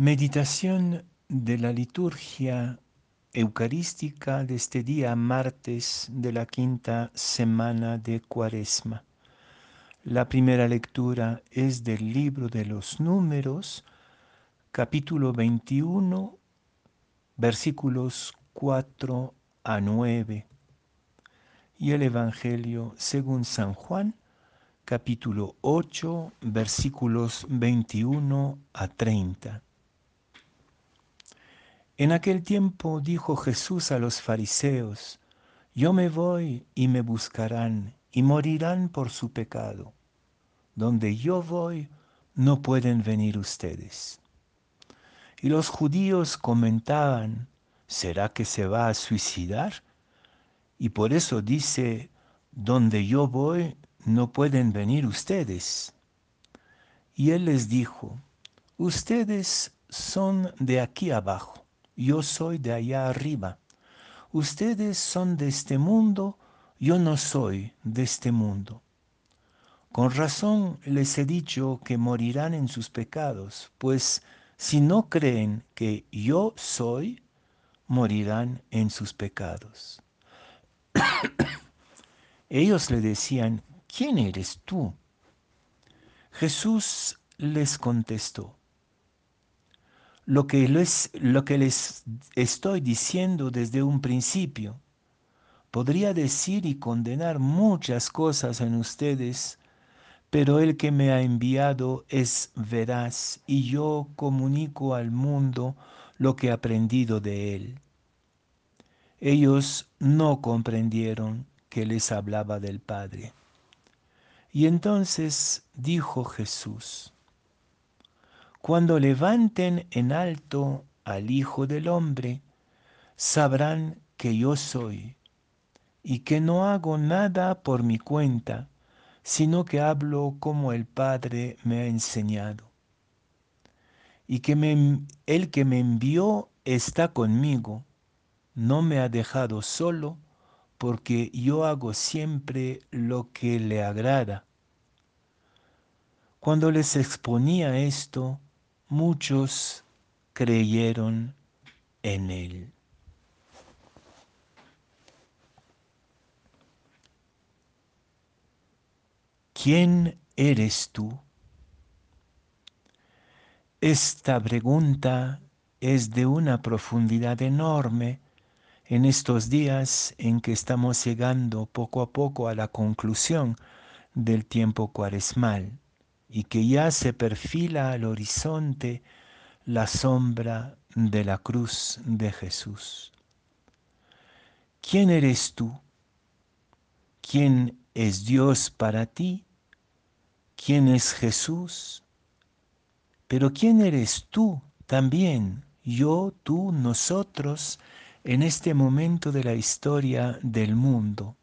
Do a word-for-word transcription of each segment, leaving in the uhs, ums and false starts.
Meditación de la liturgia eucarística de este día martes de la quinta semana de Cuaresma. La primera lectura es del libro de los Números, capítulo veintiuno, versículos cuatro a nueve, y el Evangelio según San Juan, capítulo ocho, versículos veintiuno a treinta. En aquel tiempo dijo Jesús a los fariseos: Yo me voy y me buscarán y morirán por su pecado. Donde yo voy, no pueden venir ustedes. Y los judíos comentaban: ¿será que se va a suicidar? Y por eso dice: donde yo voy, no pueden venir ustedes. Y él les dijo: ustedes son de aquí abajo, yo soy de allá arriba. Ustedes son de este mundo, yo no soy de este mundo. Con razón les he dicho que morirán en sus pecados, pues si no creen que yo soy, morirán en sus pecados. Ellos le decían: ¿quién eres tú? Jesús les contestó: Lo que les, lo que les estoy diciendo desde un principio. Podría decir y condenar muchas cosas en ustedes, pero el que me ha enviado es veraz y yo comunico al mundo lo que he aprendido de él. Ellos no comprendieron que les hablaba del Padre. Y entonces dijo Jesús: Cuando levanten en alto al Hijo del Hombre, sabrán que yo soy, y que no hago nada por mi cuenta, sino que hablo como el Padre me ha enseñado. Y que me, el que me envió está conmigo, no me ha dejado solo, porque yo hago siempre lo que le agrada. Cuando les exponía esto, muchos creyeron en él. ¿Quién eres tú? Esta pregunta es de una profundidad enorme en estos días en que estamos llegando poco a poco a la conclusión del tiempo cuaresmal y que ya se perfila al horizonte la sombra de la cruz de Jesús. ¿Quién eres tú? ¿Quién es Dios para ti? ¿Quién es Jesús? Pero ¿quién eres tú también? Yo, tú, nosotros, en este momento de la historia del mundo.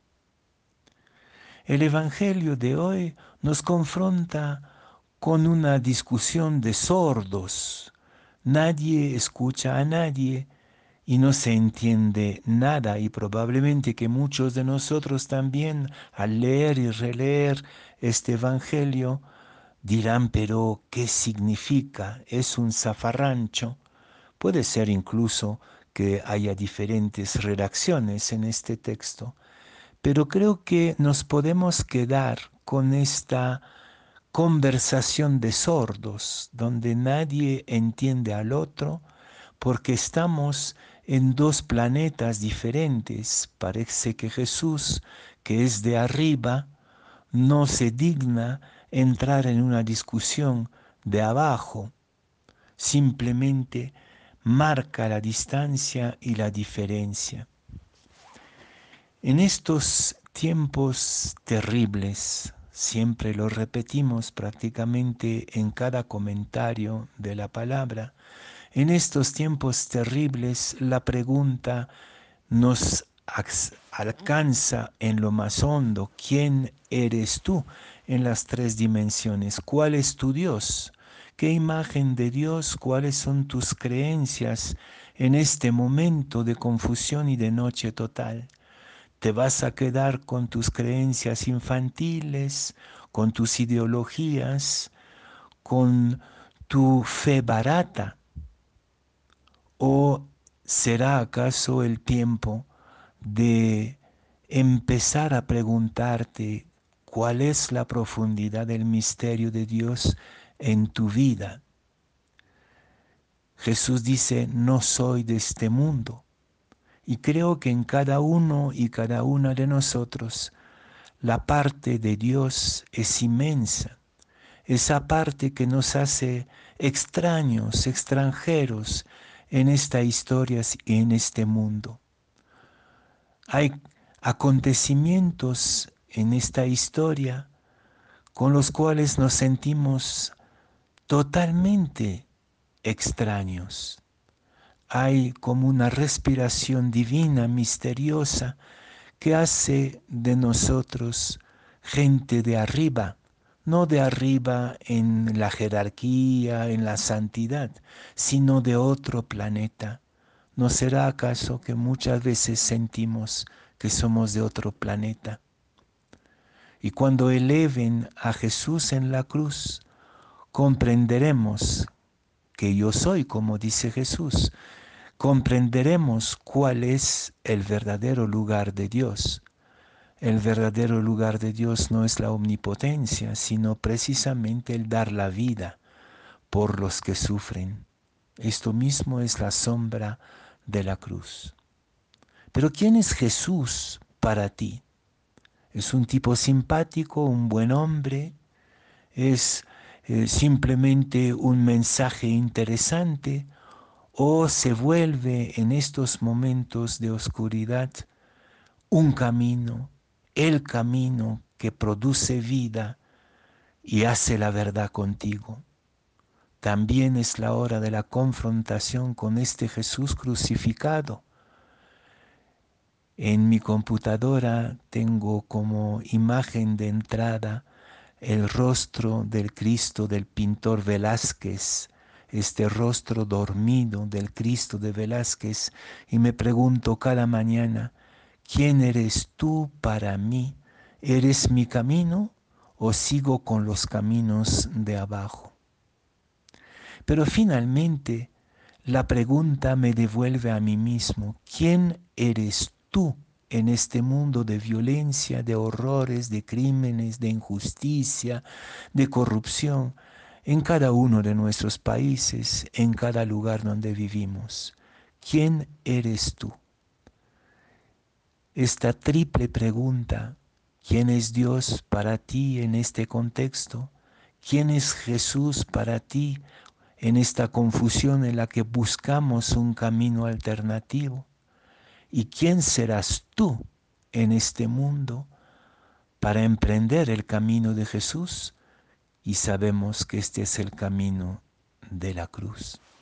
El Evangelio de hoy nos confronta con una discusión de sordos. Nadie escucha a nadie y no se entiende nada, y probablemente que muchos de nosotros también, al leer y releer este Evangelio, dirán: pero ¿qué significa? ¿Es un zafarrancho? Puede ser incluso que haya diferentes redacciones en este texto, pero creo que nos podemos quedar con esta conversación de sordos, donde nadie entiende al otro, porque estamos en dos planetas diferentes. Parece que Jesús, que es de arriba, no se digna entrar en una discusión de abajo, simplemente marca la distancia y la diferencia. En estos tiempos terribles, siempre lo repetimos prácticamente en cada comentario de la palabra, en estos tiempos terribles la pregunta nos alcanza en lo más hondo: ¿quién eres tú? En las tres dimensiones. ¿Cuál es tu Dios? ¿Qué imagen de Dios? ¿Cuáles son tus creencias en este momento de confusión y de noche total? ¿Te vas a quedar con tus creencias infantiles, con tus ideologías, con tu fe barata? ¿O será acaso el tiempo de empezar a preguntarte cuál es la profundidad del misterio de Dios en tu vida? Jesús dice, no soy de este mundo. Y creo que en cada uno y cada una de nosotros la parte de Dios es inmensa. Esa parte que nos hace extraños, extranjeros en esta historia y en este mundo. Hay acontecimientos en esta historia con los cuales nos sentimos totalmente extraños. Hay como una respiración divina, misteriosa, que hace de nosotros gente de arriba, no de arriba en la jerarquía, en la santidad, sino de otro planeta. ¿No será acaso que muchas veces sentimos que somos de otro planeta? Y cuando eleven a Jesús en la cruz, comprenderemos que yo soy, como dice Jesús, comprenderemos cuál es el verdadero lugar de Dios. El verdadero lugar de Dios no es la omnipotencia, sino precisamente el dar la vida por los que sufren. Esto mismo es la sombra de la cruz. Pero ¿quién es Jesús para ti? ¿Es un tipo simpático, un buen hombre? ¿Es eh, simplemente un mensaje interesante? ¿O se vuelve en estos momentos de oscuridad un camino, el camino que produce vida y hace la verdad contigo? También es la hora de la confrontación con este Jesús crucificado. En mi computadora tengo como imagen de entrada el rostro del Cristo del pintor Velázquez, este rostro dormido del Cristo de Velázquez, y me pregunto cada mañana, ¿quién eres tú para mí? ¿Eres mi camino o sigo con los caminos de abajo? Pero finalmente la pregunta me devuelve a mí mismo, ¿quién eres tú en este mundo de violencia, de horrores, de crímenes, de injusticia, de corrupción, en cada uno de nuestros países, en cada lugar donde vivimos? ¿Quién eres tú? Esta triple pregunta, ¿quién es Dios para ti en este contexto? ¿Quién es Jesús para ti en esta confusión en la que buscamos un camino alternativo? ¿Y quién serás tú en este mundo para emprender el camino de Jesús? Y sabemos que este es el camino de la cruz.